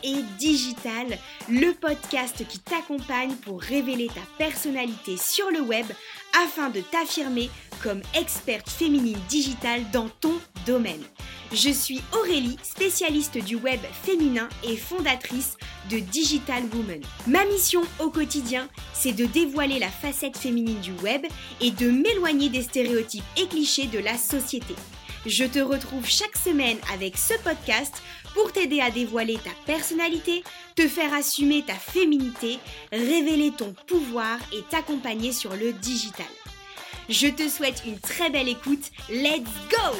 et Digital, le podcast qui t'accompagne pour révéler ta personnalité sur le web afin de t'affirmer comme experte féminine digitale dans ton domaine. Je suis Aurélie, spécialiste du web féminin et fondatrice de Digital Woman. Ma mission au quotidien, c'est de dévoiler la facette féminine du web et de m'éloigner des stéréotypes et clichés de la société. Je te retrouve chaque semaine avec ce podcast pour t'aider à dévoiler ta personnalité, te faire assumer ta féminité, révéler ton pouvoir et t'accompagner sur le digital. Je te souhaite une très belle écoute. Let's go!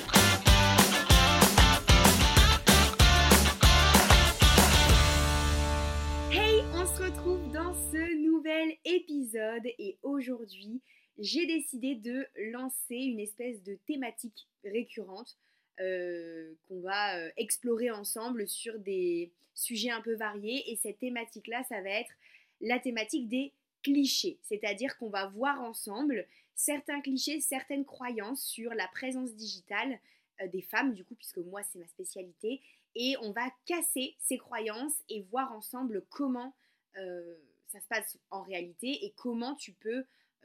Hey, on se retrouve dans ce nouvel épisode et aujourd'hui, j'ai décidé de lancer une espèce de thématique récurrente qu'on va explorer ensemble sur des sujets un peu variés. Et cette thématique-là, ça va être la thématique des clichés. C'est-à-dire qu'on va voir ensemble certains clichés, certaines croyances sur la présence digitale des femmes, du coup, puisque moi, c'est ma spécialité. Et on va casser ces croyances et voir ensemble comment ça se passe en réalité et comment tu peux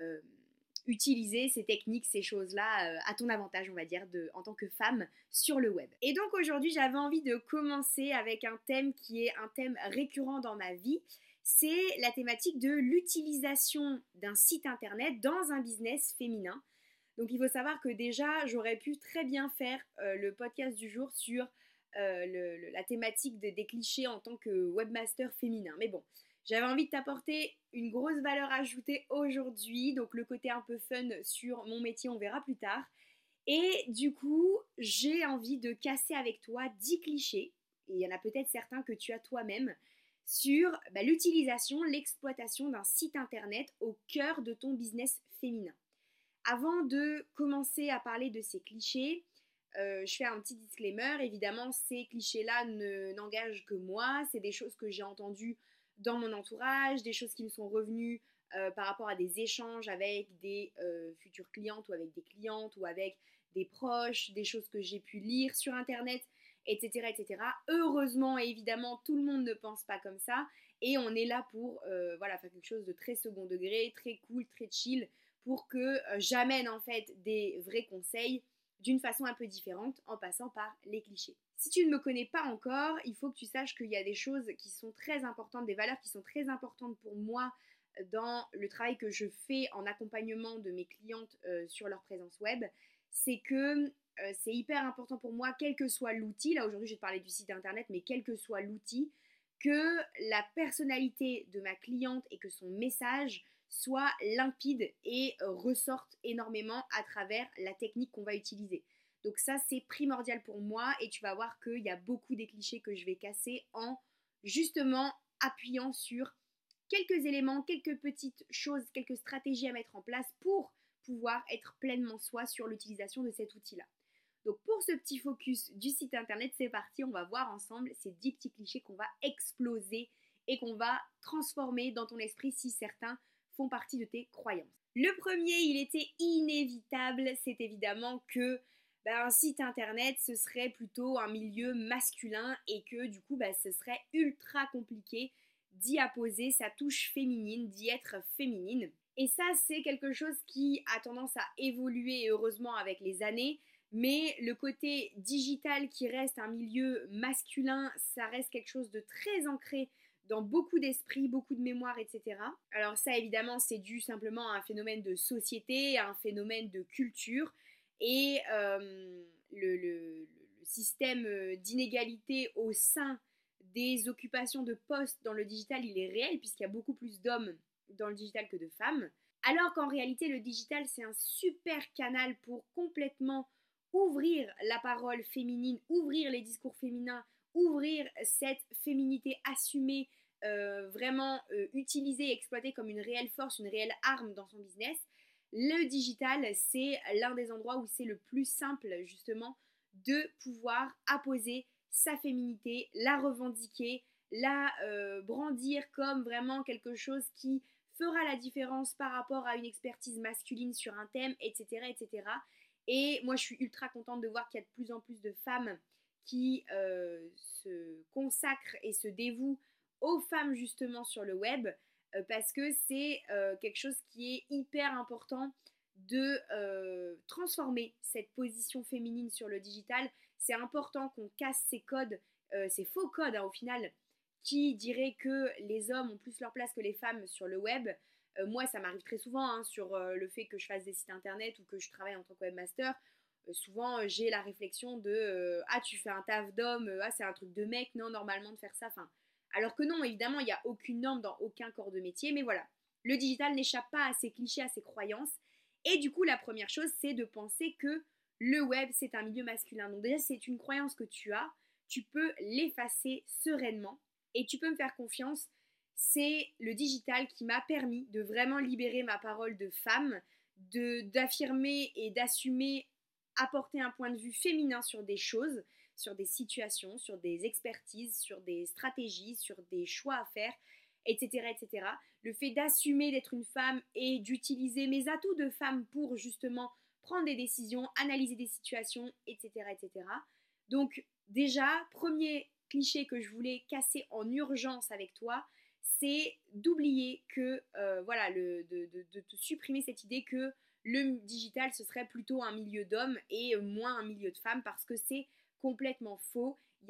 utiliser ces techniques, ces choses-là à ton avantage, on va dire, en tant que femme sur le web. Et donc aujourd'hui, j'avais envie de commencer avec un thème qui est un thème récurrent dans ma vie. C'est la thématique de l'utilisation d'un site internet dans un business féminin. Donc il faut savoir que déjà, j'aurais pu très bien faire le podcast du jour sur la thématique des clichés en tant que webmaster féminin. Mais bon, j'avais envie de t'apporter une grosse valeur ajoutée aujourd'hui, donc le côté un peu fun sur mon métier, on verra plus tard. Et du coup, j'ai envie de casser avec toi 10 clichés, et il y en a peut-être certains que tu as toi-même, sur l'utilisation, l'exploitation d'un site internet au cœur de ton business féminin. Avant de commencer à parler de ces clichés, je fais un petit disclaimer. Évidemment, ces clichés-là n'engagent que moi, c'est des choses que j'ai entendues dans mon entourage, des choses qui me sont revenues par rapport à des échanges avec des futures clientes ou avec des clientes ou avec des proches, des choses que j'ai pu lire sur internet, etc., etc. Heureusement et évidemment, tout le monde ne pense pas comme ça et on est là pour faire quelque chose de très second degré, très cool, très chill pour que j'amène en fait des vrais conseils d'une façon un peu différente en passant par les clichés. Si tu ne me connais pas encore, il faut que tu saches qu'il y a des choses qui sont très importantes, des valeurs qui sont très importantes pour moi dans le travail que je fais en accompagnement de mes clientes sur leur présence web. C'est que c'est hyper important pour moi, quel que soit l'outil, là aujourd'hui je vais te parler du site internet, mais quel que soit l'outil, que la personnalité de ma cliente et que son message soit limpide et ressorte énormément à travers la technique qu'on va utiliser. Donc ça, c'est primordial pour moi et tu vas voir qu'il y a beaucoup des clichés que je vais casser en justement appuyant sur quelques éléments, quelques petites choses, quelques stratégies à mettre en place pour pouvoir être pleinement soi sur l'utilisation de cet outil-là. Donc pour ce petit focus du site internet, c'est parti, on va voir ensemble ces 10 petits clichés qu'on va exploser et qu'on va transformer dans ton esprit si certains font partie de tes croyances. Le premier, il était inévitable, c'est évidemment que un site internet, ce serait plutôt un milieu masculin et que du coup, ce serait ultra compliqué d'y apposer sa touche féminine, d'y être féminine. Et ça, c'est quelque chose qui a tendance à évoluer heureusement avec les années, mais le côté digital qui reste un milieu masculin, ça reste quelque chose de très ancré dans beaucoup d'esprits, beaucoup de mémoire, etc. Alors ça, évidemment, c'est dû simplement à un phénomène de société, à un phénomène de culture, et le système d'inégalité au sein des occupations de postes dans le digital, il est réel, puisqu'il y a beaucoup plus d'hommes dans le digital que de femmes, alors qu'en réalité, le digital, c'est un super canal pour complètement ouvrir la parole féminine, ouvrir les discours féminins, ouvrir cette féminité assumée, vraiment utilisée et exploitée comme une réelle force, une réelle arme dans son business. Le digital, c'est l'un des endroits où c'est le plus simple justement de pouvoir apposer sa féminité, la revendiquer, la brandir comme vraiment quelque chose qui fera la différence par rapport à une expertise masculine sur un thème, etc., etc. Et moi, je suis ultra contente de voir qu'il y a de plus en plus de femmes qui se consacre et se dévoue aux femmes justement sur le web parce que c'est quelque chose qui est hyper important de transformer cette position féminine sur le digital. C'est important qu'on casse ces codes, ces faux codes au final, qui diraient que les hommes ont plus leur place que les femmes sur le web. Moi, ça m'arrive très souvent sur le fait que je fasse des sites internet ou que je travaille en tant que webmaster. Souvent, j'ai la réflexion de ah, tu fais un taf d'homme, ah, c'est un truc de mec, non, normalement de faire ça. Enfin, alors que non, évidemment, il n'y a aucune norme dans aucun corps de métier, mais voilà. Le digital n'échappe pas à ces clichés, à ces croyances. Et du coup, la première chose, c'est de penser que le web, c'est un milieu masculin. Donc déjà, c'est une croyance que tu as, tu peux l'effacer sereinement et tu peux me faire confiance. C'est le digital qui m'a permis de vraiment libérer ma parole de femme, d'affirmer et d'assumer, apporter un point de vue féminin sur des choses, sur des situations, sur des expertises, sur des stratégies, sur des choix à faire, etc. etc. Le fait d'assumer d'être une femme et d'utiliser mes atouts de femme pour justement prendre des décisions, analyser des situations, etc. etc. Donc déjà, premier cliché que je voulais casser en urgence avec toi, c'est d'oublier que, voilà, de te supprimer cette idée que le digital, ce serait plutôt un milieu d'hommes et moins un milieu de femmes parce que c'est complètement faux. Il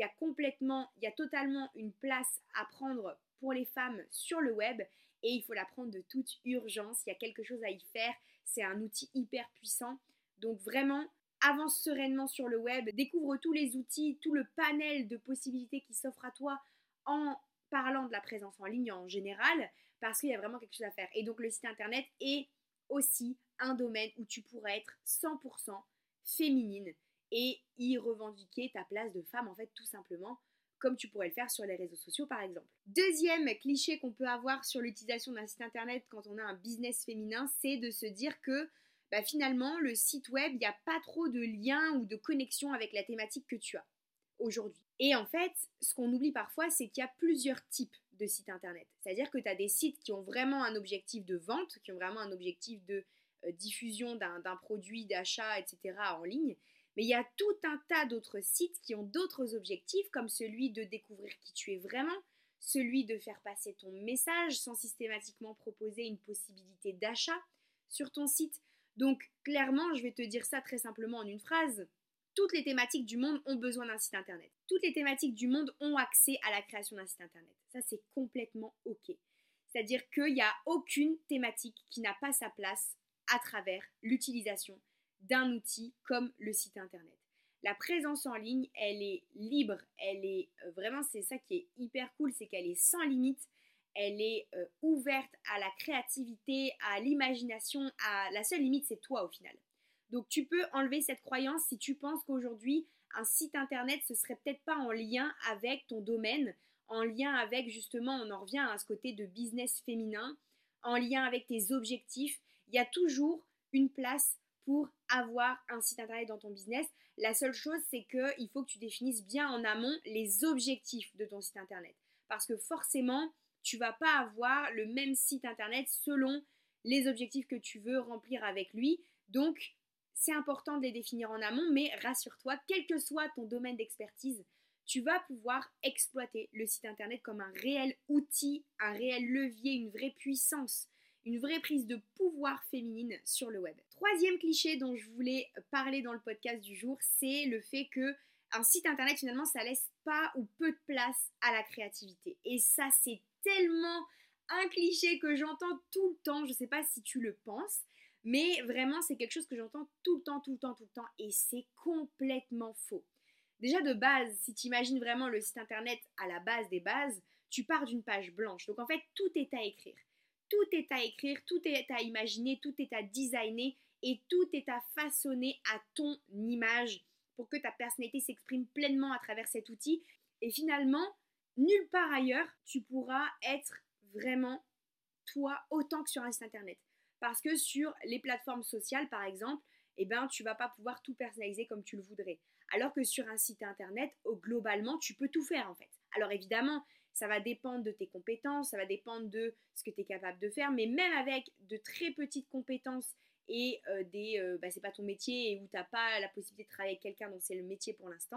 y a totalement une place à prendre pour les femmes sur le web et il faut la prendre de toute urgence. Il y a quelque chose à y faire. C'est un outil hyper puissant. Donc vraiment, avance sereinement sur le web, découvre tous les outils, tout le panel de possibilités qui s'offre à toi en parlant de la présence en ligne en général, parce qu'il y a vraiment quelque chose à faire. Et donc le site internet est aussi un domaine où tu pourrais être 100% féminine et y revendiquer ta place de femme en fait tout simplement comme tu pourrais le faire sur les réseaux sociaux par exemple. Deuxième cliché qu'on peut avoir sur l'utilisation d'un site internet quand on a un business féminin, c'est de se dire que finalement le site web, il n'y a pas trop de lien ou de connexion avec la thématique que tu as aujourd'hui. Et en fait, ce qu'on oublie parfois, c'est qu'il y a plusieurs types de sites internet. C'est-à-dire que tu as des sites qui ont vraiment un objectif de vente, qui ont vraiment un objectif de diffusion d'un produit, d'achat, etc. en ligne. Mais il y a tout un tas d'autres sites qui ont d'autres objectifs, comme celui de découvrir qui tu es vraiment, celui de faire passer ton message sans systématiquement proposer une possibilité d'achat sur ton site. Donc clairement, je vais te dire ça très simplement en une phrase. Toutes les thématiques du monde ont besoin d'un site internet. Toutes les thématiques du monde ont accès à la création d'un site internet. Ça, c'est complètement OK. C'est-à-dire qu'il n'y a aucune thématique qui n'a pas sa place à travers l'utilisation d'un outil comme le site internet. La présence en ligne, elle est libre, elle est vraiment, c'est ça qui est hyper cool, c'est qu'elle est sans limite, elle est ouverte à la créativité, à l'imagination, la seule limite c'est toi au final. Donc tu peux enlever cette croyance si tu penses qu'aujourd'hui un site internet ce serait peut-être pas en lien avec ton domaine, en lien avec justement, on en revient à ce côté de business féminin, en lien avec tes objectifs. Il y a toujours une place pour avoir un site internet dans ton business. La seule chose, c'est qu'il faut que tu définisses bien en amont les objectifs de ton site internet. Parce que forcément, tu ne vas pas avoir le même site internet selon les objectifs que tu veux remplir avec lui. Donc, c'est important de les définir en amont, mais rassure-toi, quel que soit ton domaine d'expertise, tu vas pouvoir exploiter le site internet comme un réel outil, un réel levier, une vraie puissance, une vraie prise de pouvoir féminine sur le web. Troisième cliché dont je voulais parler dans le podcast du jour, c'est le fait que un site internet finalement ça laisse pas ou peu de place à la créativité. Et ça c'est tellement un cliché que j'entends tout le temps, je sais pas si tu le penses, mais vraiment c'est quelque chose que j'entends tout le temps, tout le temps, tout le temps et c'est complètement faux. Déjà de base, si tu imagines vraiment le site internet à la base des bases, tu pars d'une page blanche. Donc en fait, tout est à écrire. Tout est à écrire, tout est à imaginer, tout est à designer et tout est à façonner à ton image pour que ta personnalité s'exprime pleinement à travers cet outil. Et finalement, nulle part ailleurs, tu pourras être vraiment toi autant que sur un site internet. Parce que sur les plateformes sociales, par exemple, tu vas pas pouvoir tout personnaliser comme tu le voudrais. Alors que sur un site internet, globalement, tu peux tout faire en fait. Alors évidemment, ça va dépendre de tes compétences, ça va dépendre de ce que tu es capable de faire, mais même avec de très petites compétences et c'est pas ton métier et où tu n'as pas la possibilité de travailler avec quelqu'un dont c'est le métier pour l'instant,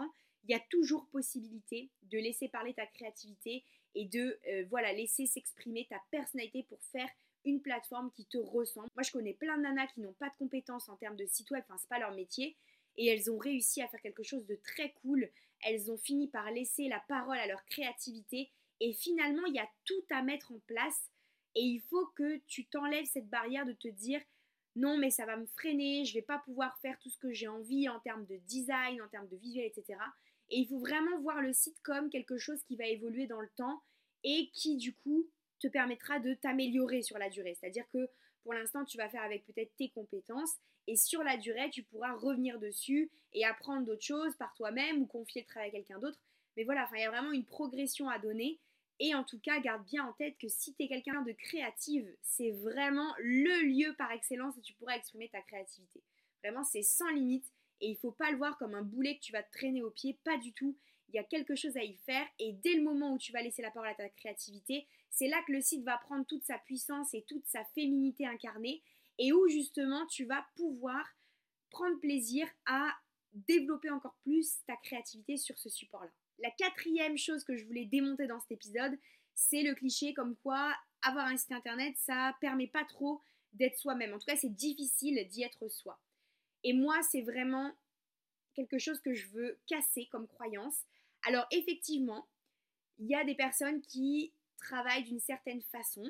il y a toujours possibilité de laisser parler ta créativité et de laisser s'exprimer ta personnalité pour faire une plateforme qui te ressemble. Moi, je connais plein de nanas qui n'ont pas de compétences en termes de site web, enfin, c'est pas leur métier, et elles ont réussi à faire quelque chose de très cool. Elles ont fini par laisser la parole à leur créativité, et finalement, il y a tout à mettre en place, et il faut que tu t'enlèves cette barrière de te dire non, mais ça va me freiner, je vais pas pouvoir faire tout ce que j'ai envie en termes de design, en termes de visuel, etc. Et il faut vraiment voir le site comme quelque chose qui va évoluer dans le temps et qui, du coup, te permettra de t'améliorer sur la durée. C'est-à-dire que pour l'instant, tu vas faire avec peut-être tes compétences et sur la durée, tu pourras revenir dessus et apprendre d'autres choses par toi-même ou confier le travail à quelqu'un d'autre. Mais voilà, il y a vraiment une progression à donner. Et en tout cas, garde bien en tête que si tu es quelqu'un de créative, c'est vraiment le lieu par excellence où tu pourras exprimer ta créativité. Vraiment, c'est sans limite et il ne faut pas le voir comme un boulet que tu vas te traîner au pied, pas du tout. Il y a quelque chose à y faire et dès le moment où tu vas laisser la parole à ta créativité, c'est là que le site va prendre toute sa puissance et toute sa féminité incarnée et où justement tu vas pouvoir prendre plaisir à développer encore plus ta créativité sur ce support-là. La quatrième chose que je voulais démonter dans cet épisode, c'est le cliché comme quoi avoir un site internet, ça permet pas trop d'être soi-même. En tout cas, c'est difficile d'y être soi. Et moi, c'est vraiment quelque chose que je veux casser comme croyance. Alors effectivement, il y a des personnes qui travaillent d'une certaine façon,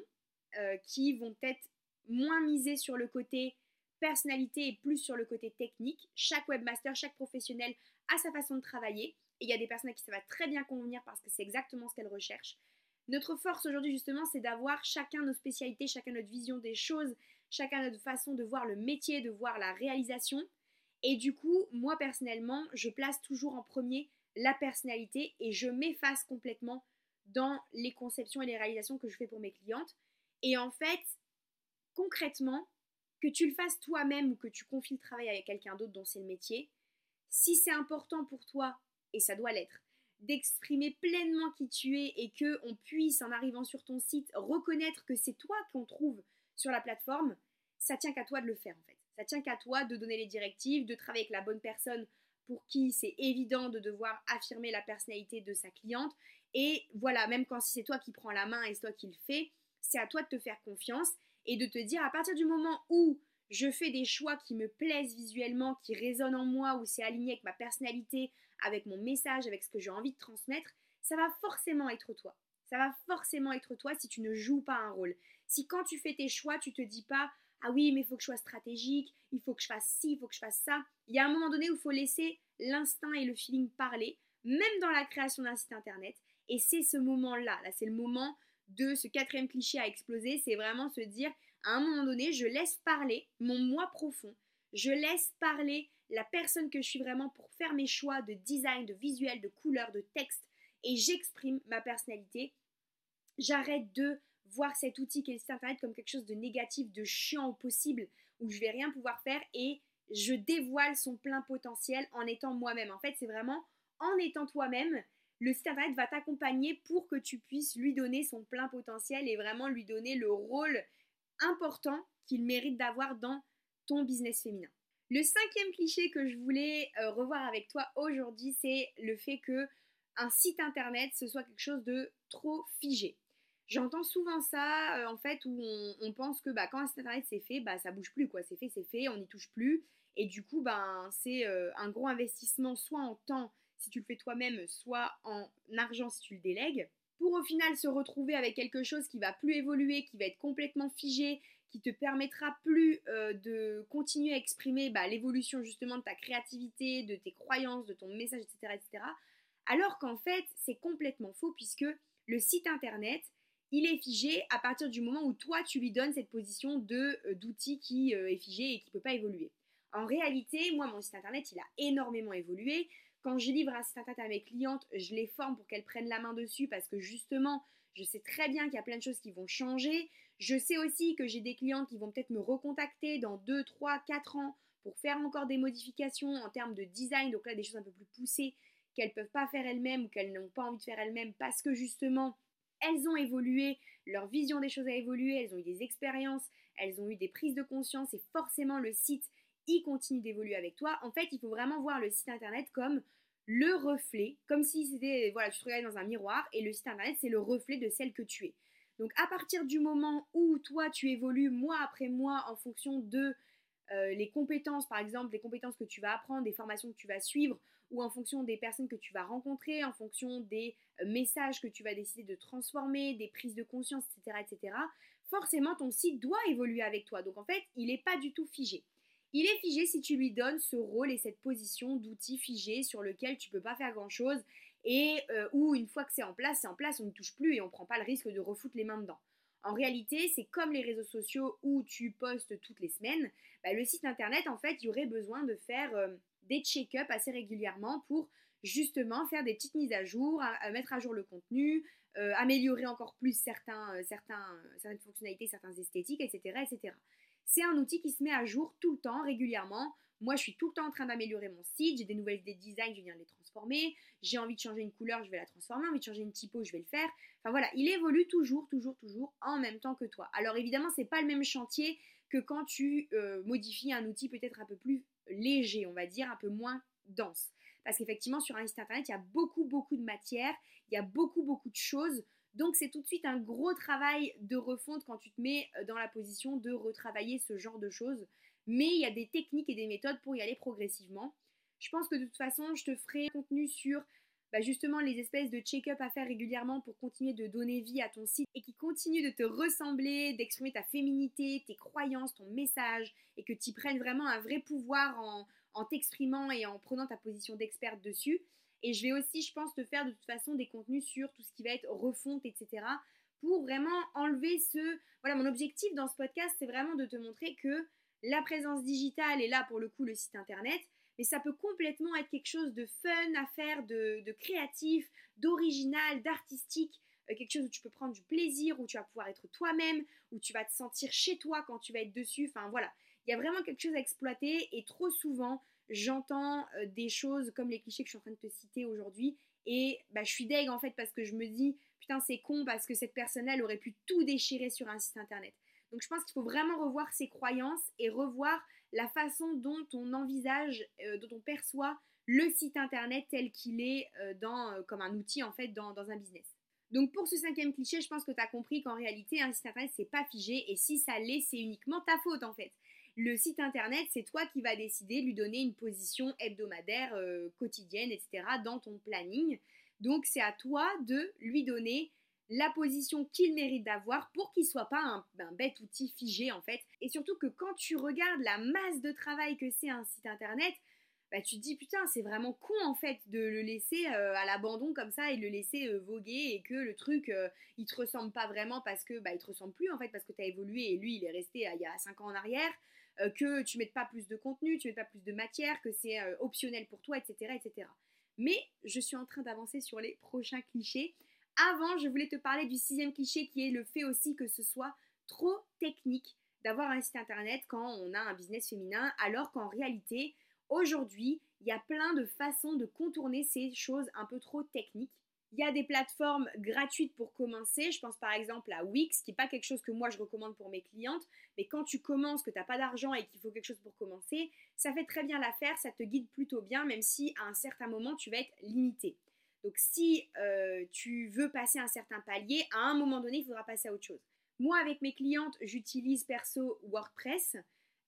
qui vont peut-être moins miser sur le côté personnalité et plus sur le côté technique. Chaque webmaster, chaque professionnel a sa façon de travailler. Et il y a des personnes à qui ça va très bien convenir parce que c'est exactement ce qu'elles recherchent. Notre force aujourd'hui justement, c'est d'avoir chacun nos spécialités, chacun notre vision des choses, chacun notre façon de voir le métier, de voir la réalisation. Et du coup, moi personnellement, je place toujours en premier la personnalité et je m'efface complètement dans les conceptions et les réalisations que je fais pour mes clientes. Et en fait, concrètement, que tu le fasses toi-même ou que tu confies le travail avec quelqu'un d'autre dont c'est le métier, si c'est important pour toi, et ça doit l'être, d'exprimer pleinement qui tu es et qu'on puisse, en arrivant sur ton site, reconnaître que c'est toi qu'on trouve sur la plateforme, ça tient qu'à toi de le faire en fait. Ça tient qu'à toi de donner les directives, de travailler avec la bonne personne pour qui c'est évident de devoir affirmer la personnalité de sa cliente. Et voilà, même quand c'est toi qui prends la main et c'est toi qui le fais, c'est à toi de te faire confiance et de te dire à partir du moment où je fais des choix qui me plaisent visuellement, qui résonnent en moi, où c'est aligné avec ma personnalité, avec mon message, avec ce que j'ai envie de transmettre, ça va forcément être toi. Ça va forcément être toi si tu ne joues pas un rôle. Si quand tu fais tes choix, tu te dis pas ah oui, mais il faut que je sois stratégique, il faut que je fasse ci, il faut que je fasse ça. Il y a un moment donné où il faut laisser l'instinct et le feeling parler, même dans la création d'un site internet. Et c'est ce moment-là, là c'est le moment de ce quatrième cliché à exploser, c'est vraiment se dire à un moment donné, je laisse parler mon moi profond, je laisse parler la personne que je suis vraiment pour faire mes choix de design, de visuel, de couleur, de texte, et j'exprime ma personnalité. J'arrête de voir cet outil qu'est le site internet comme quelque chose de négatif, de chiant au possible, où je vais rien pouvoir faire et je dévoile son plein potentiel en étant moi-même. En fait, c'est vraiment en étant toi-même, le site internet va t'accompagner pour que tu puisses lui donner son plein potentiel et vraiment lui donner le rôle important qu'il mérite d'avoir dans ton business féminin. Le cinquième cliché que je voulais revoir avec toi aujourd'hui, c'est le fait que un site internet, ce soit quelque chose de trop figé. J'entends souvent ça, en fait, où on pense que quand un site internet c'est fait, ça bouge plus, quoi. C'est fait, on n'y touche plus. Et du coup, c'est un gros investissement, soit en temps si tu le fais toi-même, soit en argent si tu le délègues, pour au final se retrouver avec quelque chose qui va plus évoluer, qui va être complètement figé, qui te permettra plus de continuer à exprimer l'évolution justement de ta créativité, de tes croyances, de ton message, etc. etc. Alors qu'en fait, c'est complètement faux puisque le site internet, il est figé à partir du moment où toi, tu lui donnes cette position d'outil qui est figé et qui ne peut pas évoluer. En réalité, moi, mon site internet, il a énormément évolué. Quand je livre un site internet à mes clientes, je les forme pour qu'elles prennent la main dessus parce que justement, je sais très bien qu'il y a plein de choses qui vont changer. Je sais aussi que j'ai des clientes qui vont peut-être me recontacter dans 2, 3, 4 ans pour faire encore des modifications en termes de design, donc là des choses un peu plus poussées qu'elles ne peuvent pas faire elles-mêmes ou qu'elles n'ont pas envie de faire elles-mêmes parce que justement, elles ont évolué, leur vision des choses a évolué, elles ont eu des expériences, elles ont eu des prises de conscience et forcément le site, il continue d'évoluer avec toi. En fait, il faut vraiment voir le site internet comme le reflet, comme si c'était, voilà, tu te regardais dans un miroir et le site internet, c'est le reflet de celle que tu es. Donc à partir du moment où toi, tu évolues mois après mois en fonction de les compétences, par exemple, les compétences que tu vas apprendre, des formations que tu vas suivre, ou en fonction des personnes que tu vas rencontrer, en fonction des messages que tu vas décider de transformer, des prises de conscience, etc., etc., forcément, ton site doit évoluer avec toi. Donc en fait, il n'est pas du tout figé. Il est figé si tu lui donnes ce rôle et cette position d'outil figé sur lequel tu ne peux pas faire grand-chose et où une fois que c'est en place, on ne touche plus et on ne prend pas le risque de refoutre les mains dedans. En réalité, c'est comme les réseaux sociaux où tu postes toutes les semaines. Bah, le site internet, en fait, il y aurait besoin de faire des check-up assez régulièrement pour justement faire des petites mises à jour, à mettre à jour le contenu, améliorer encore plus certaines fonctionnalités, certains esthétiques, etc., etc. C'est un outil qui se met à jour tout le temps, régulièrement. Moi, je suis tout le temps en train d'améliorer mon site, j'ai des nouvelles idées de design, je viens de les transformer, j'ai envie de changer une couleur, je vais la transformer, envie de changer une typo, je vais le faire. Enfin voilà, il évolue toujours, toujours, toujours en même temps que toi. Alors évidemment, c'est pas le même chantier que quand tu modifies un outil peut-être un peu plus léger, on va dire, un peu moins dense. Parce qu'effectivement, sur un site internet, il y a beaucoup, beaucoup de matière, il y a beaucoup, beaucoup de choses. Donc, c'est tout de suite un gros travail de refonte quand tu te mets dans la position de retravailler ce genre de choses. Mais il y a des techniques et des méthodes pour y aller progressivement. Je pense que de toute façon, je te ferai contenu sur justement les espèces de check-up à faire régulièrement pour continuer de donner vie à ton site et qui continue de te ressembler, d'exprimer ta féminité, tes croyances, ton message et que tu prennes vraiment un vrai pouvoir en t'exprimant et en prenant ta position d'experte dessus. Et je vais aussi, je pense, te faire de toute façon des contenus sur tout ce qui va être refonte, etc. pour vraiment enlever ce... Voilà, mon objectif dans ce podcast, c'est vraiment de te montrer que la présence digitale est là pour le coup le site internet, mais ça peut complètement être quelque chose de fun à faire, de créatif, d'original, d'artistique, quelque chose où tu peux prendre du plaisir, où tu vas pouvoir être toi-même, où tu vas te sentir chez toi quand tu vas être dessus. Enfin voilà, il y a vraiment quelque chose à exploiter et trop souvent, j'entends des choses comme les clichés que je suis en train de te citer aujourd'hui et je suis deg en fait parce que je me dis putain c'est con parce que cette personne-là elle aurait pu tout déchirer sur un site internet. Donc je pense qu'il faut vraiment revoir ses croyances et revoir la façon dont on envisage, dont on perçoit le site internet tel qu'il est comme un outil en fait dans un business. Donc pour ce cinquième cliché, je pense que tu as compris qu'en réalité un site internet c'est pas figé et si ça l'est, c'est uniquement ta faute en fait. Le site internet, c'est toi qui vas décider de lui donner une position hebdomadaire, quotidienne, etc. dans ton planning. Donc c'est à toi de lui donner la position qu'il mérite d'avoir pour qu'il soit pas un bête outil figé en fait. Et surtout que quand tu regardes la masse de travail que c'est un site internet, tu te dis putain c'est vraiment con en fait de le laisser à l'abandon comme ça et de le laisser voguer et que le truc il te ressemble pas vraiment parce que il te ressemble plus en fait parce que tu as évolué et lui il est resté il y a 5 ans en arrière, que tu mettes pas plus de contenu, tu mettes pas plus de matière, que c'est optionnel pour toi, etc., etc. Mais je suis en train d'avancer sur les prochains clichés. Avant, je voulais te parler du sixième cliché qui est le fait aussi que ce soit trop technique d'avoir un site internet quand on a un business féminin, alors qu'en réalité, aujourd'hui, il y a plein de façons de contourner ces choses un peu trop techniques. Il y a des plateformes gratuites pour commencer. Je pense par exemple à Wix, qui n'est pas quelque chose que moi je recommande pour mes clientes. Mais quand tu commences, que tu n'as pas d'argent et qu'il faut quelque chose pour commencer, ça fait très bien l'affaire, ça te guide plutôt bien, même si à un certain moment tu vas être limité. Donc si tu veux passer un certain palier, à un moment donné, il faudra passer à autre chose. Moi, avec mes clientes, j'utilise perso WordPress.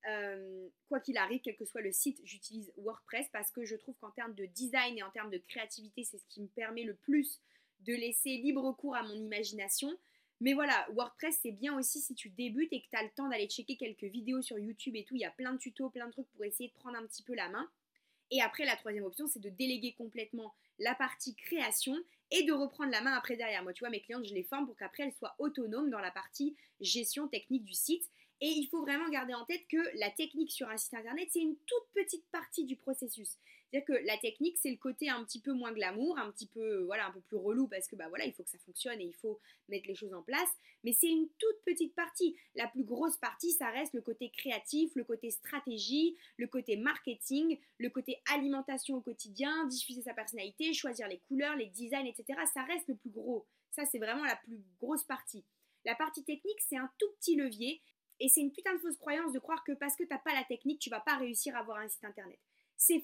Quoi qu'il arrive, quel que soit le site, j'utilise WordPress parce que je trouve qu'en termes de design et en termes de créativité, c'est ce qui me permet le plus de laisser libre cours à mon imagination. Mais voilà, WordPress, c'est bien aussi si tu débutes et que tu as le temps d'aller checker quelques vidéos sur YouTube et tout. Il y a plein de tutos, plein de trucs pour essayer de prendre un petit peu la main. Et après, la troisième option, c'est de déléguer complètement la partie création et de reprendre la main après derrière. Moi, tu vois, mes clientes, je les forme pour qu'après, elles soient autonomes dans la partie gestion technique du site. Et il faut vraiment garder en tête que la technique sur un site internet, c'est une toute petite partie du processus. C'est-à-dire que la technique, c'est le côté un petit peu moins glamour, un petit peu, un peu plus relou parce que il faut que ça fonctionne et il faut mettre les choses en place. Mais c'est une toute petite partie. La plus grosse partie, ça reste le côté créatif, le côté stratégie, le côté marketing, le côté alimentation au quotidien, diffuser sa personnalité, choisir les couleurs, les designs, etc. Ça reste le plus gros. Ça, c'est vraiment la plus grosse partie. La partie technique, c'est un tout petit levier. Et c'est une putain de fausse croyance de croire que parce que t'as pas la technique, tu vas pas réussir à avoir un site internet. C'est faux.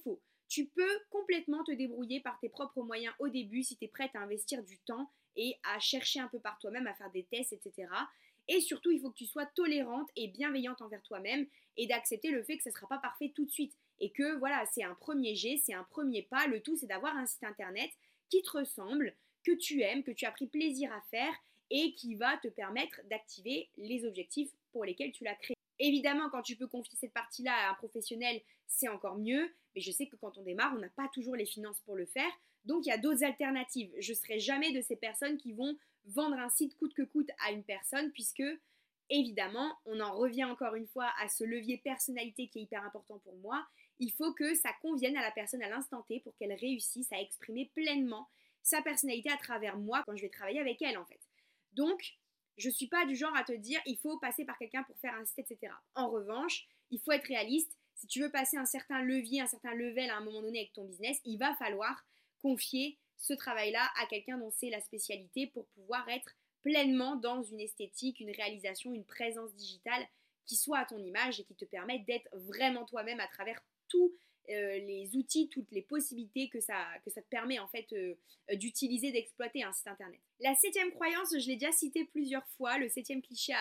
Tu peux complètement te débrouiller par tes propres moyens au début si tu es prête à investir du temps et à chercher un peu par toi-même, à faire des tests, etc. Et surtout, il faut que tu sois tolérante et bienveillante envers toi-même et d'accepter le fait que ça ne sera pas parfait tout de suite. Et que voilà, c'est un premier jet, c'est un premier pas. Le tout, c'est d'avoir un site internet qui te ressemble, que tu aimes, que tu as pris plaisir à faire et qui va te permettre d'activer les objectifs pour lesquels tu l'as créé. Évidemment, quand tu peux confier cette partie-là à un professionnel, c'est encore mieux. Mais je sais que quand on démarre, on n'a pas toujours les finances pour le faire. Donc, il y a d'autres alternatives. Je ne serai jamais de ces personnes qui vont vendre un site coûte que coûte à une personne puisque, évidemment, on en revient encore une fois à ce levier personnalité qui est hyper important pour moi. Il faut que ça convienne à la personne à l'instant T pour qu'elle réussisse à exprimer pleinement sa personnalité à travers moi quand je vais travailler avec elle en fait. Donc, je ne suis pas du genre à te dire il faut passer par quelqu'un pour faire un site, etc. En revanche, il faut être réaliste. Si tu veux passer un certain levier, un certain level à un moment donné avec ton business, il va falloir confier ce travail-là à quelqu'un dont c'est la spécialité pour pouvoir être pleinement dans une esthétique, une réalisation, une présence digitale qui soit à ton image et qui te permette d'être vraiment toi-même à travers tous les outils, toutes les possibilités que ça te permet en fait d'utiliser, d'exploiter un site internet. La 7e croyance, je l'ai déjà citée plusieurs fois, le 7e cliché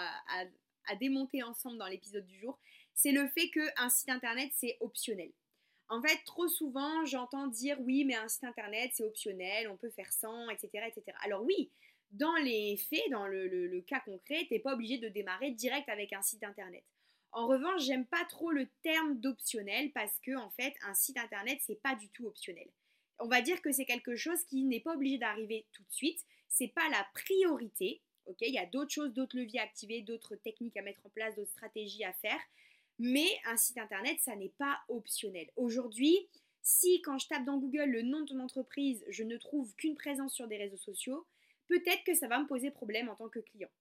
à démonter ensemble dans l'épisode du jour, c'est le fait qu'un site internet c'est optionnel. En fait, trop souvent, j'entends dire oui, mais un site internet c'est optionnel, on peut faire sans, etc. etc. Alors oui, dans les faits, dans le cas concret, t'es pas obligé de démarrer direct avec un site internet. En revanche, j'aime pas trop le terme d'optionnel parce que en fait, un site internet, c'est pas du tout optionnel. On va dire que c'est quelque chose qui n'est pas obligé d'arriver tout de suite. C'est pas la priorité. Ok, il y a d'autres choses, d'autres leviers à activer, d'autres techniques à mettre en place, d'autres stratégies à faire. Mais un site internet, ça n'est pas optionnel. Aujourd'hui, si quand je tape dans Google le nom de ton entreprise, je ne trouve qu'une présence sur des réseaux sociaux, peut-être que ça va me poser problème en tant que client.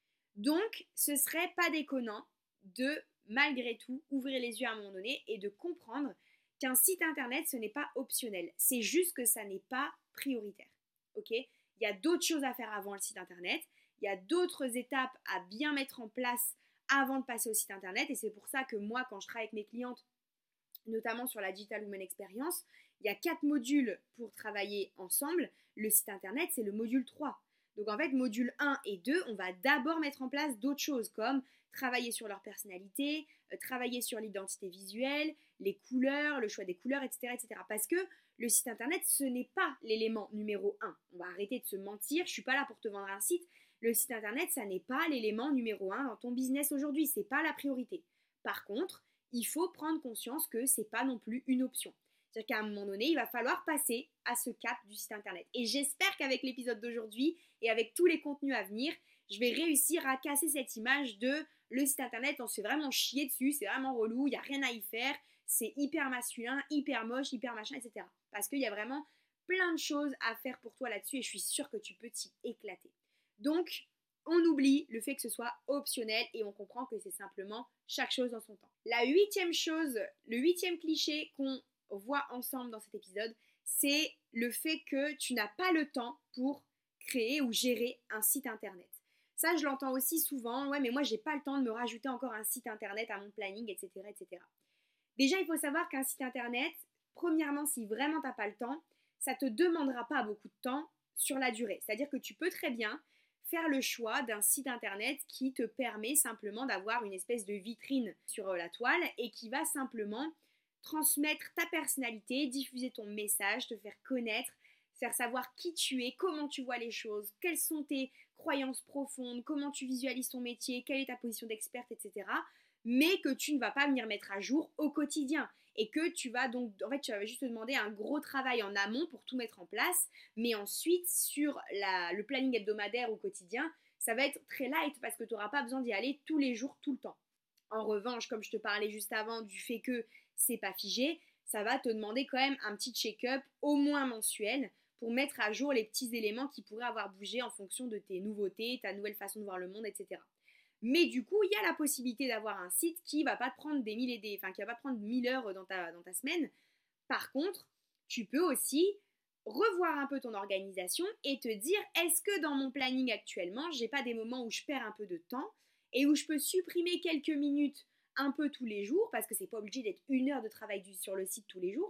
Donc, ce serait pas déconnant de, malgré tout, ouvrir les yeux à un moment donné et de comprendre qu'un site internet, ce n'est pas optionnel. C'est juste que ça n'est pas prioritaire. Ok ? Il y a d'autres choses à faire avant le site internet. Il y a d'autres étapes à bien mettre en place avant de passer au site internet. Et c'est pour ça que moi, quand je travaille avec mes clientes, notamment sur la Digital Women Experience, il y a 4 modules pour travailler ensemble. Le site internet, c'est le module 3. Donc en fait, module 1 et 2, on va d'abord mettre en place d'autres choses comme travailler sur leur personnalité, travailler sur l'identité visuelle, les couleurs, le choix des couleurs, etc., etc. Parce que le site internet, ce n'est pas l'élément numéro 1. On va arrêter de se mentir, je ne suis pas là pour te vendre un site. Le site internet, ça n'est pas l'élément numéro 1 dans ton business aujourd'hui, c'est pas la priorité. Par contre, il faut prendre conscience que c'est pas non plus une option. C'est-à-dire qu'à un moment donné, il va falloir passer à ce cap du site internet. Et j'espère qu'avec l'épisode d'aujourd'hui et avec tous les contenus à venir, je vais réussir à casser cette image de le site internet, on se fait vraiment chier dessus, c'est vraiment relou, il n'y a rien à y faire, c'est hyper masculin, hyper moche, hyper machin, etc. Parce qu'il y a vraiment plein de choses à faire pour toi là-dessus et je suis sûre que tu peux t'y éclater. Donc, on oublie le fait que ce soit optionnel et on comprend que c'est simplement chaque chose dans son temps. La 8e chose, le 8e cliché qu'on voit ensemble dans cet épisode, c'est le fait que tu n'as pas le temps pour créer ou gérer un site internet. Ça, je l'entends aussi souvent, ouais, mais moi, j'ai pas le temps de me rajouter encore un site internet à mon planning, etc., etc. Déjà, il faut savoir qu'un site internet, premièrement, si vraiment t'as pas le temps, ça te demandera pas beaucoup de temps sur la durée. C'est-à-dire que tu peux très bien faire le choix d'un site internet qui te permet simplement d'avoir une espèce de vitrine sur la toile et qui va simplement transmettre ta personnalité, diffuser ton message, te faire connaître, faire savoir qui tu es, comment tu vois les choses, quelles sont tes croyances profondes, comment tu visualises ton métier, quelle est ta position d'experte, etc. Mais que tu ne vas pas venir mettre à jour au quotidien. Et que tu vas donc, en fait, tu vas juste te demander un gros travail en amont pour tout mettre en place. Mais ensuite, sur le planning hebdomadaire au quotidien, ça va être très light parce que tu n'auras pas besoin d'y aller tous les jours, tout le temps. En revanche, comme je te parlais juste avant du fait que c'est pas figé, ça va te demander quand même un petit check-up au moins mensuel pour mettre à jour les petits éléments qui pourraient avoir bougé en fonction de tes nouveautés, ta nouvelle façon de voir le monde, etc. Mais du coup, il y a la possibilité d'avoir un site qui va pas te prendre qui va pas prendre 1000 heures dans ta semaine. Par contre, tu peux aussi revoir un peu ton organisation et te dire est-ce que dans mon planning actuellement, j'ai pas des moments où je perds un peu de temps et où je peux supprimer quelques minutes un peu tous les jours, parce que c'est pas obligé d'être 1 heure de travail sur le site tous les jours.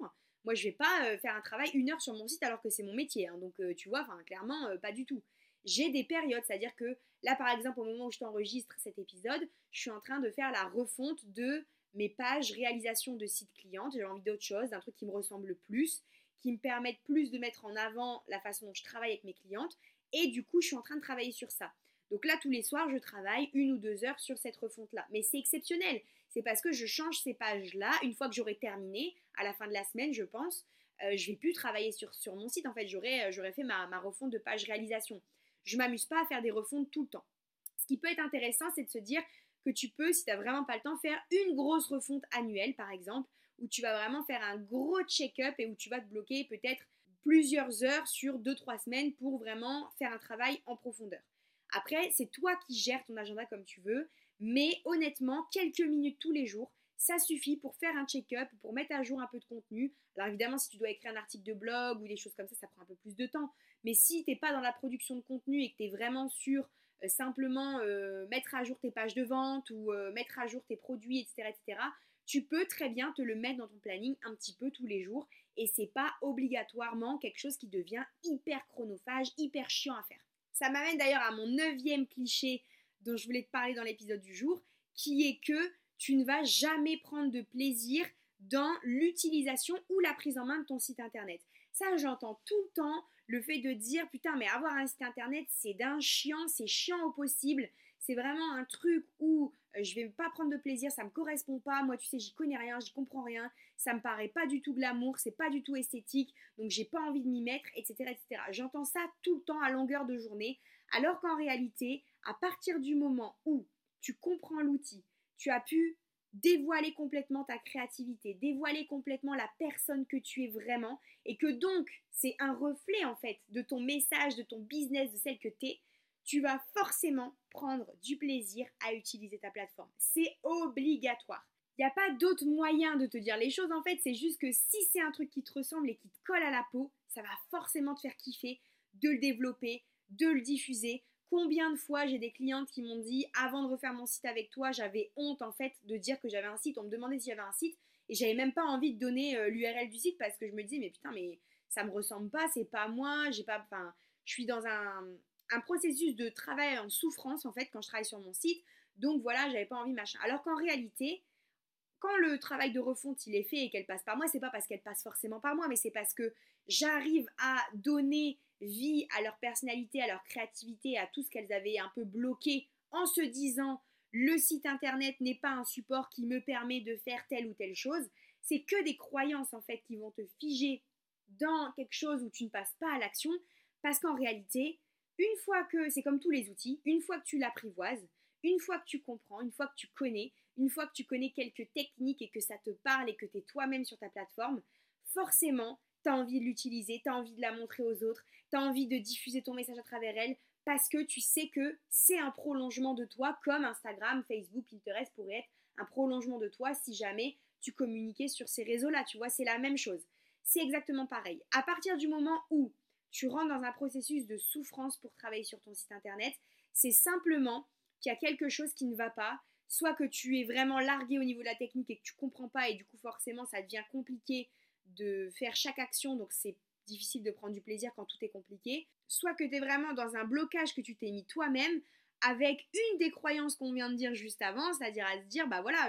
Moi, je vais pas faire un travail 1 heure sur mon site alors que c'est mon métier, hein. Donc, tu vois, clairement, pas du tout. J'ai des périodes, c'est-à-dire que là, par exemple, au moment où je t'enregistre cet épisode, je suis en train de faire la refonte de mes pages réalisation de sites clients. J'ai envie d'autre chose, d'un truc qui me ressemble plus, qui me permette plus de mettre en avant la façon dont je travaille avec mes clientes. Et du coup, je suis en train de travailler sur ça. Donc là, tous les soirs, je travaille 1 ou 2 heures sur cette refonte-là. Mais c'est exceptionnel. C'est parce que je change ces pages-là. Une fois que j'aurai terminé, à la fin de la semaine, je pense, je vais plus travailler sur mon site. En fait, j'aurais fait ma refonte de page réalisation. Je m'amuse pas à faire des refontes tout le temps. Ce qui peut être intéressant, c'est de se dire que tu peux, si tu n'as vraiment pas le temps, faire une grosse refonte annuelle, par exemple, où tu vas vraiment faire un gros check-up et où tu vas te bloquer peut-être plusieurs heures sur 2, 3 semaines pour vraiment faire un travail en profondeur. Après, c'est toi qui gères ton agenda comme tu veux, mais honnêtement, quelques minutes tous les jours, ça suffit pour faire un check-up, pour mettre à jour un peu de contenu. Alors évidemment, si tu dois écrire un article de blog ou des choses comme ça prend un peu plus de temps. Mais si tu n'es pas dans la production de contenu et que tu es vraiment sur simplement mettre à jour tes pages de vente ou mettre à jour tes produits, etc., tu peux très bien te le mettre dans ton planning un petit peu tous les jours et c'est pas obligatoirement quelque chose qui devient hyper chronophage, hyper chiant à faire. Ça m'amène d'ailleurs à mon 9e cliché dont je voulais te parler dans l'épisode du jour, qui est que tu ne vas jamais prendre de plaisir dans l'utilisation ou la prise en main de ton site internet. Ça, j'entends tout le temps le fait de dire putain, mais avoir un site internet, c'est d'un chiant, c'est chiant au possible. C'est vraiment un truc où je vais pas prendre de plaisir, ça me correspond pas. Moi, tu sais, j'y connais rien, j'y comprends rien. Ça me paraît pas du tout glamour, c'est pas du tout esthétique, donc j'ai pas envie de m'y mettre, etc., etc. J'entends ça tout le temps à longueur de journée, alors qu'en réalité, à partir du moment où tu comprends l'outil, tu as pu dévoiler complètement ta créativité, dévoiler complètement la personne que tu es vraiment, et que donc c'est un reflet en fait de ton message, de ton business, de celle que tu es, tu vas forcément prendre du plaisir à utiliser ta plateforme. C'est obligatoire. Il n'y a pas d'autre moyen de te dire les choses en fait, c'est juste que si c'est un truc qui te ressemble et qui te colle à la peau, ça va forcément te faire kiffer de le développer, de le diffuser. Combien de fois j'ai des clientes qui m'ont dit avant de refaire mon site avec toi, j'avais honte en fait de dire que j'avais un site, on me demandait si j'avais un site et j'avais même pas envie de donner l'URL du site parce que je me disais mais putain mais ça me ressemble pas, c'est pas moi, j'ai pas, je suis dans un processus de travail en souffrance en fait quand je travaille sur mon site, donc voilà, j'avais pas envie machin. Alors qu'en réalité, quand le travail de refonte il est fait et qu'elle passe par moi, c'est pas parce qu'elle passe forcément par moi, mais c'est parce que j'arrive à donner vie à leur personnalité, à leur créativité, à tout ce qu'elles avaient un peu bloqué en se disant le site internet n'est pas un support qui me permet de faire telle ou telle chose. C'est que des croyances en fait qui vont te figer dans quelque chose où tu ne passes pas à l'action parce qu'en réalité, une fois que, c'est comme tous les outils, une fois que tu l'apprivoises, une fois que tu comprends, une fois que tu connais, une fois que tu connais quelques techniques et que ça te parle et que tu es toi-même sur ta plateforme, forcément, tu as envie de l'utiliser, tu as envie de la montrer aux autres, tu as envie de diffuser ton message à travers elle parce que tu sais que c'est un prolongement de toi comme Instagram, Facebook, Pinterest pourrait être un prolongement de toi si jamais tu communiquais sur ces réseaux-là. Tu vois, c'est la même chose. C'est exactement pareil. À partir du moment où tu rentres dans un processus de souffrance pour travailler sur ton site internet, c'est simplement qu'il y a quelque chose qui ne va pas, soit que tu es vraiment largué au niveau de la technique et que tu comprends pas et du coup forcément ça devient compliqué de faire chaque action, donc c'est difficile de prendre du plaisir quand tout est compliqué, soit que tu es vraiment dans un blocage que tu t'es mis toi-même avec une des croyances qu'on vient de dire juste avant, c'est-à-dire à se dire bah voilà,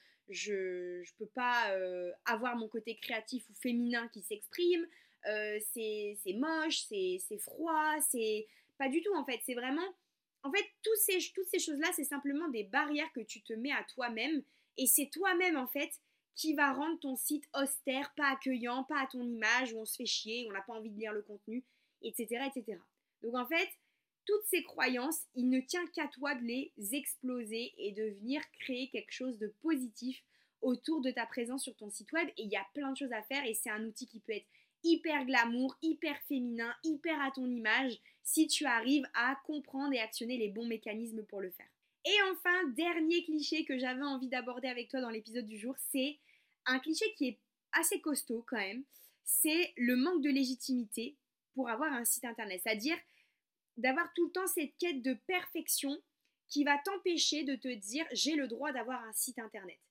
je peux pas avoir mon côté créatif ou féminin qui s'exprime, c'est moche, c'est froid, c'est pas du tout en fait, c'est vraiment en fait, toutes ces choses-là, c'est simplement des barrières que tu te mets à toi-même. Et c'est toi-même, en fait, qui va rendre ton site austère, pas accueillant, pas à ton image, où on se fait chier, où on n'a pas envie de lire le contenu, etc., etc. Donc, en fait, toutes ces croyances, il ne tient qu'à toi de les exploser et de venir créer quelque chose de positif autour de ta présence sur ton site web. Et il y a plein de choses à faire et c'est un outil qui peut être hyper glamour, hyper féminin, hyper à ton image si tu arrives à comprendre et actionner les bons mécanismes pour le faire. Et enfin, dernier cliché que j'avais envie d'aborder avec toi dans l'épisode du jour, c'est un cliché qui est assez costaud quand même, c'est le manque de légitimité pour avoir un site internet, c'est-à-dire d'avoir tout le temps cette quête de perfection qui va t'empêcher de te dire j'ai le droit d'avoir un site internet.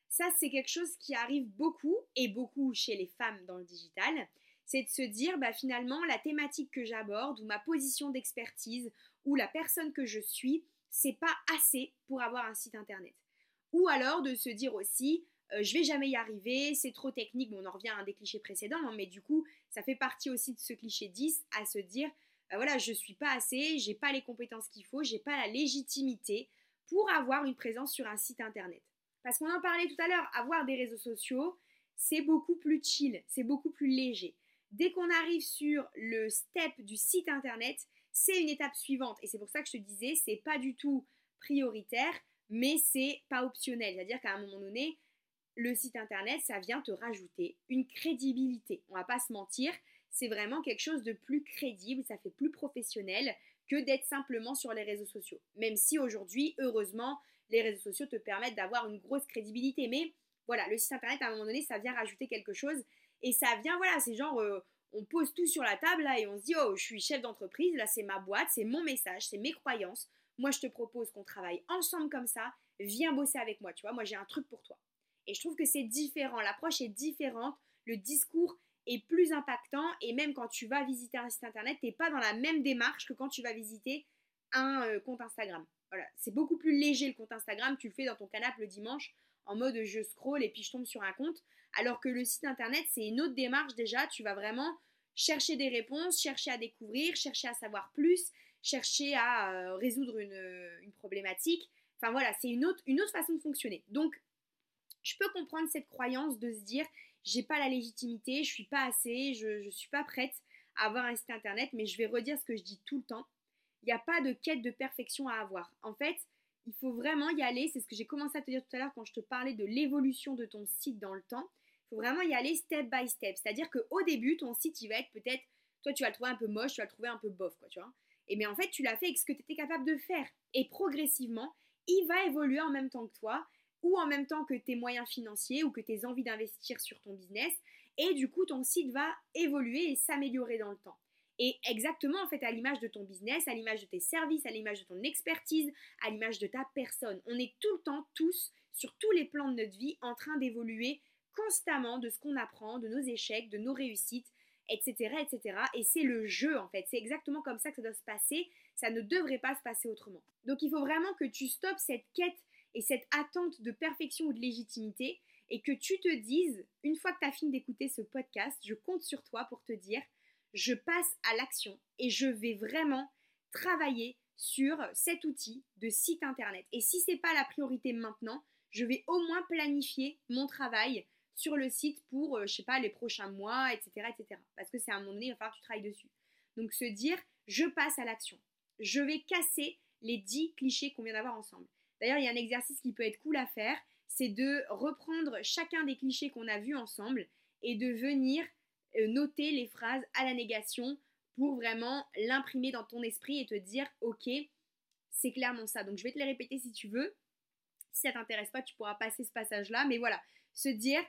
Ça, c'est quelque chose qui arrive beaucoup, et beaucoup chez les femmes dans le digital. C'est de se dire, finalement, la thématique que j'aborde, ou ma position d'expertise, ou la personne que je suis, c'est pas assez pour avoir un site internet. Ou alors de se dire aussi, je vais jamais y arriver, c'est trop technique. Bon, on en revient à un des clichés précédents, hein, mais du coup, ça fait partie aussi de ce cliché 10 à se dire, voilà, je suis pas assez, j'ai pas les compétences qu'il faut, j'ai pas la légitimité pour avoir une présence sur un site internet. Parce qu'on en parlait tout à l'heure, avoir des réseaux sociaux, c'est beaucoup plus chill, c'est beaucoup plus léger. Dès qu'on arrive sur le step du site internet, c'est une étape suivante. Et c'est pour ça que je te disais, c'est pas du tout prioritaire, mais c'est pas optionnel. C'est-à-dire qu'à un moment donné, le site internet, ça vient te rajouter une crédibilité. On va pas se mentir, c'est vraiment quelque chose de plus crédible, ça fait plus professionnel que d'être simplement sur les réseaux sociaux. Même si aujourd'hui, heureusement, les réseaux sociaux te permettent d'avoir une grosse crédibilité. Mais voilà, le site internet, à un moment donné, ça vient rajouter quelque chose. Et ça vient, voilà, c'est genre, on pose tout sur la table là et on se dit, oh, je suis chef d'entreprise, là c'est ma boîte, c'est mon message, c'est mes croyances. Moi, je te propose qu'on travaille ensemble comme ça, viens bosser avec moi, tu vois, moi j'ai un truc pour toi. Et je trouve que c'est différent, l'approche est différente, le discours est plus impactant et même quand tu vas visiter un site internet, t'es pas dans la même démarche que quand tu vas visiter un compte Instagram. Voilà, c'est beaucoup plus léger le compte Instagram, tu le fais dans ton canapé le dimanche en mode je scroll et puis je tombe sur un compte, alors que le site internet c'est une autre démarche déjà, tu vas vraiment chercher des réponses, chercher à découvrir, chercher à savoir plus, chercher à résoudre une problématique. Enfin voilà, c'est une autre façon de fonctionner. Donc je peux comprendre cette croyance de se dire j'ai pas la légitimité, je suis pas assez, je suis pas prête à avoir un site internet, mais je vais redire ce que je dis tout le temps. Il n'y a pas de quête de perfection à avoir. En fait, il faut vraiment y aller, c'est ce que j'ai commencé à te dire tout à l'heure quand je te parlais de l'évolution de ton site dans le temps. Il faut vraiment y aller step by step. C'est-à-dire qu'au début, ton site, il va être peut-être, toi tu vas le trouver un peu moche, tu vas le trouver un peu bof, quoi, tu vois. Et bien en fait, tu l'as fait avec ce que tu étais capable de faire. Et progressivement, il va évoluer en même temps que toi ou en même temps que tes moyens financiers ou que tes envies d'investir sur ton business. Et du coup, ton site va évoluer et s'améliorer dans le temps. Et exactement, en fait, à l'image de ton business, à l'image de tes services, à l'image de ton expertise, à l'image de ta personne. On est tout le temps, tous, sur tous les plans de notre vie, en train d'évoluer constamment de ce qu'on apprend, de nos échecs, de nos réussites, etc., etc. Et c'est le jeu, en fait. C'est exactement comme ça que ça doit se passer. Ça ne devrait pas se passer autrement. Donc, il faut vraiment que tu stoppes cette quête et cette attente de perfection ou de légitimité et que tu te dises, une fois que tu as fini d'écouter ce podcast, je compte sur toi pour te dire, je passe à l'action et je vais vraiment travailler sur cet outil de site internet. Et si ce n'est pas la priorité maintenant, je vais au moins planifier mon travail sur le site pour, je sais pas, les prochains mois, etc., etc. Parce que c'est à un moment donné, il va falloir que tu travailles dessus. Donc se dire, je passe à l'action. Je vais casser les 10 clichés qu'on vient d'avoir ensemble. D'ailleurs, il y a un exercice qui peut être cool à faire, c'est de reprendre chacun des clichés qu'on a vus ensemble et de venir noter les phrases à la négation pour vraiment l'imprimer dans ton esprit et te dire ok, c'est clairement ça. Donc je vais te les répéter si tu veux. Si ça t'intéresse pas, tu pourras passer ce passage-là. Mais voilà, se dire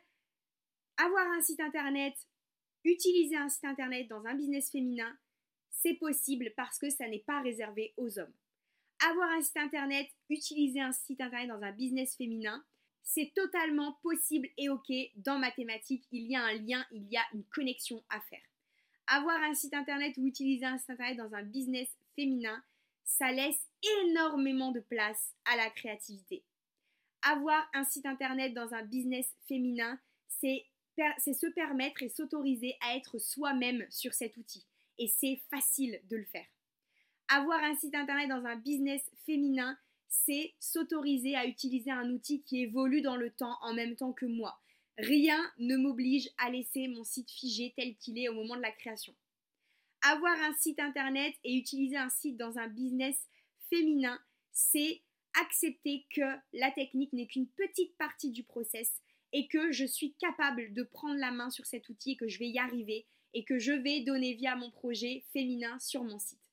avoir un site internet, utiliser un site internet dans un business féminin, c'est possible parce que ça n'est pas réservé aux hommes. Avoir un site internet, utiliser un site internet dans un business féminin, c'est totalement possible et ok. Dans ma thématique, il y a un lien, il y a une connexion à faire. Avoir un site internet ou utiliser un site internet dans un business féminin, ça laisse énormément de place à la créativité. Avoir un site internet dans un business féminin, c'est se permettre et s'autoriser à être soi-même sur cet outil. Et c'est facile de le faire. Avoir un site internet dans un business féminin, c'est s'autoriser à utiliser un outil qui évolue dans le temps en même temps que moi. Rien ne m'oblige à laisser mon site figé tel qu'il est au moment de la création. Avoir un site internet et utiliser un site dans un business féminin, c'est accepter que la technique n'est qu'une petite partie du process et que je suis capable de prendre la main sur cet outil et que je vais y arriver et que je vais donner vie à mon projet féminin sur mon site.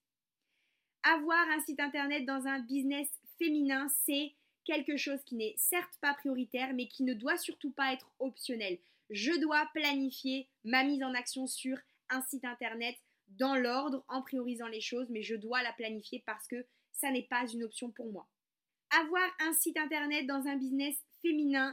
Avoir un site internet dans un business féminin, c'est quelque chose qui n'est certes pas prioritaire, mais qui ne doit surtout pas être optionnel. Je dois planifier ma mise en action sur un site internet dans l'ordre, en priorisant les choses, mais je dois la planifier parce que ça n'est pas une option pour moi. Avoir un site internet dans un business féminin,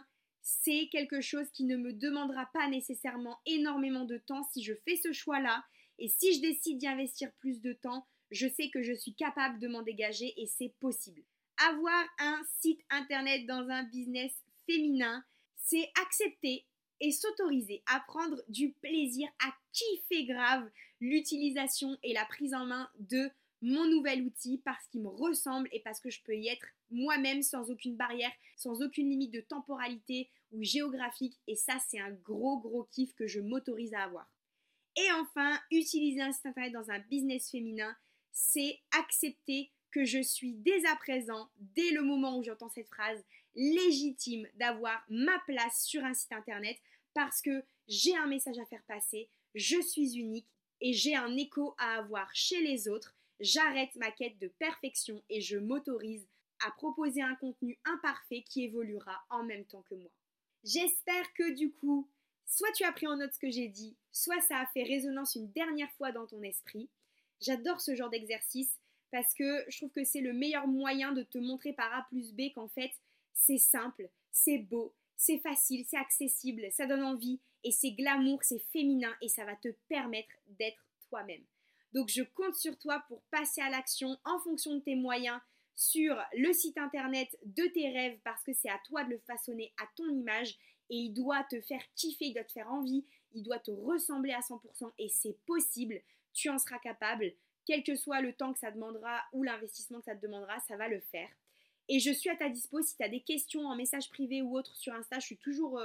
c'est quelque chose qui ne me demandera pas nécessairement énormément de temps si je fais ce choix-là. Et si je décide d'y investir plus de temps, je sais que je suis capable de m'en dégager et c'est possible. Avoir un site internet dans un business féminin, c'est accepter et s'autoriser à prendre du plaisir, à kiffer grave l'utilisation et la prise en main de mon nouvel outil parce qu'il me ressemble et parce que je peux y être moi-même sans aucune barrière, sans aucune limite de temporalité ou géographique. Et ça, c'est un gros kiff que je m'autorise à avoir. Et enfin, utiliser un site internet dans un business féminin, c'est accepter que je suis dès à présent, dès le moment où j'entends cette phrase, légitime d'avoir ma place sur un site internet parce que j'ai un message à faire passer, je suis unique et j'ai un écho à avoir chez les autres. J'arrête ma quête de perfection et je m'autorise à proposer un contenu imparfait qui évoluera en même temps que moi. J'espère que du coup, soit tu as pris en note ce que j'ai dit, soit ça a fait résonance une dernière fois dans ton esprit. J'adore ce genre d'exercice parce que je trouve que c'est le meilleur moyen de te montrer par A plus B qu'en fait, c'est simple, c'est beau, c'est facile, c'est accessible, ça donne envie et c'est glamour, c'est féminin et ça va te permettre d'être toi-même. Donc je compte sur toi pour passer à l'action en fonction de tes moyens sur le site internet de tes rêves parce que c'est à toi de le façonner à ton image et il doit te faire kiffer, il doit te faire envie, il doit te ressembler à 100% et c'est possible, tu en seras capable, quel que soit le temps que ça demandera ou l'investissement que ça te demandera, ça va le faire. Et je suis à ta dispo si tu as des questions en message privé ou autre sur Insta, je suis toujours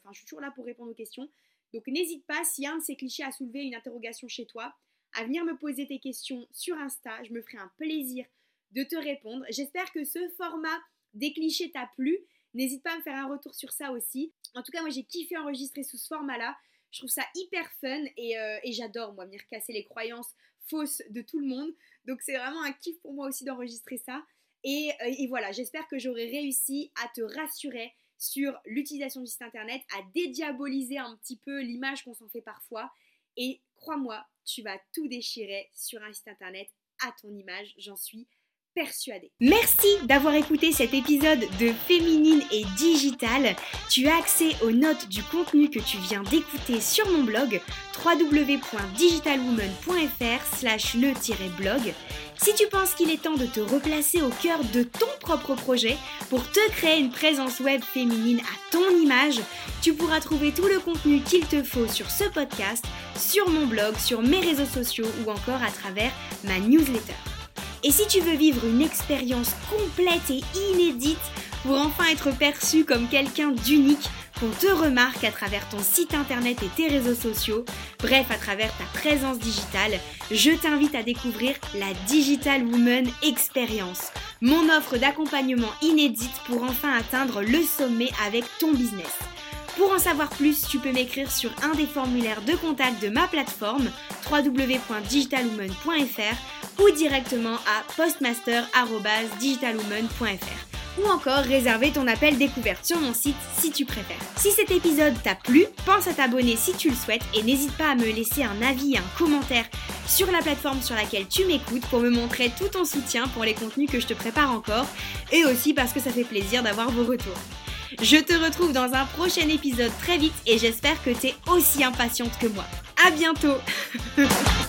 là pour répondre aux questions. Donc n'hésite pas, s'il y a un de ces clichés à soulever, une interrogation chez toi, à venir me poser tes questions sur Insta, je me ferai un plaisir de te répondre. J'espère que ce format des clichés t'a plu, n'hésite pas à me faire un retour sur ça aussi. En tout cas, moi j'ai kiffé enregistrer sous ce format-là, je trouve ça hyper fun et j'adore moi venir casser les croyances fausses de tout le monde. Donc c'est vraiment un kiff pour moi aussi d'enregistrer ça. Et voilà, j'espère que j'aurai réussi à te rassurer sur l'utilisation du site internet, à dédiaboliser un petit peu l'image qu'on s'en fait parfois. Et crois-moi, tu vas tout déchirer sur un site internet à ton image, j'en suis persuadée. Merci d'avoir écouté cet épisode de Féminine et Digital. Tu as accès aux notes du contenu que tu viens d'écouter sur mon blog www.digitalwoman.fr/le-blog. Si tu penses qu'il est temps de te replacer au cœur de ton propre projet pour te créer une présence web féminine à ton image, tu pourras trouver tout le contenu qu'il te faut sur ce podcast, sur mon blog, sur mes réseaux sociaux ou encore à travers ma newsletter. Et si tu veux vivre une expérience complète et inédite pour enfin être perçu comme quelqu'un d'unique, qu'on te remarque à travers ton site internet et tes réseaux sociaux, bref à travers ta présence digitale, je t'invite à découvrir la Digital Woman Experience, mon offre d'accompagnement inédite pour enfin atteindre le sommet avec ton business. Pour en savoir plus, tu peux m'écrire sur un des formulaires de contact de ma plateforme www.digitalwoman.fr ou directement à postmaster@digitalwoman.fr. Ou encore réserver ton appel découverte sur mon site si tu préfères. Si cet épisode t'a plu, pense à t'abonner si tu le souhaites et n'hésite pas à me laisser un avis et un commentaire sur la plateforme sur laquelle tu m'écoutes pour me montrer tout ton soutien pour les contenus que je te prépare encore et aussi parce que ça fait plaisir d'avoir vos retours. Je te retrouve dans un prochain épisode très vite et j'espère que t'es aussi impatiente que moi. À bientôt.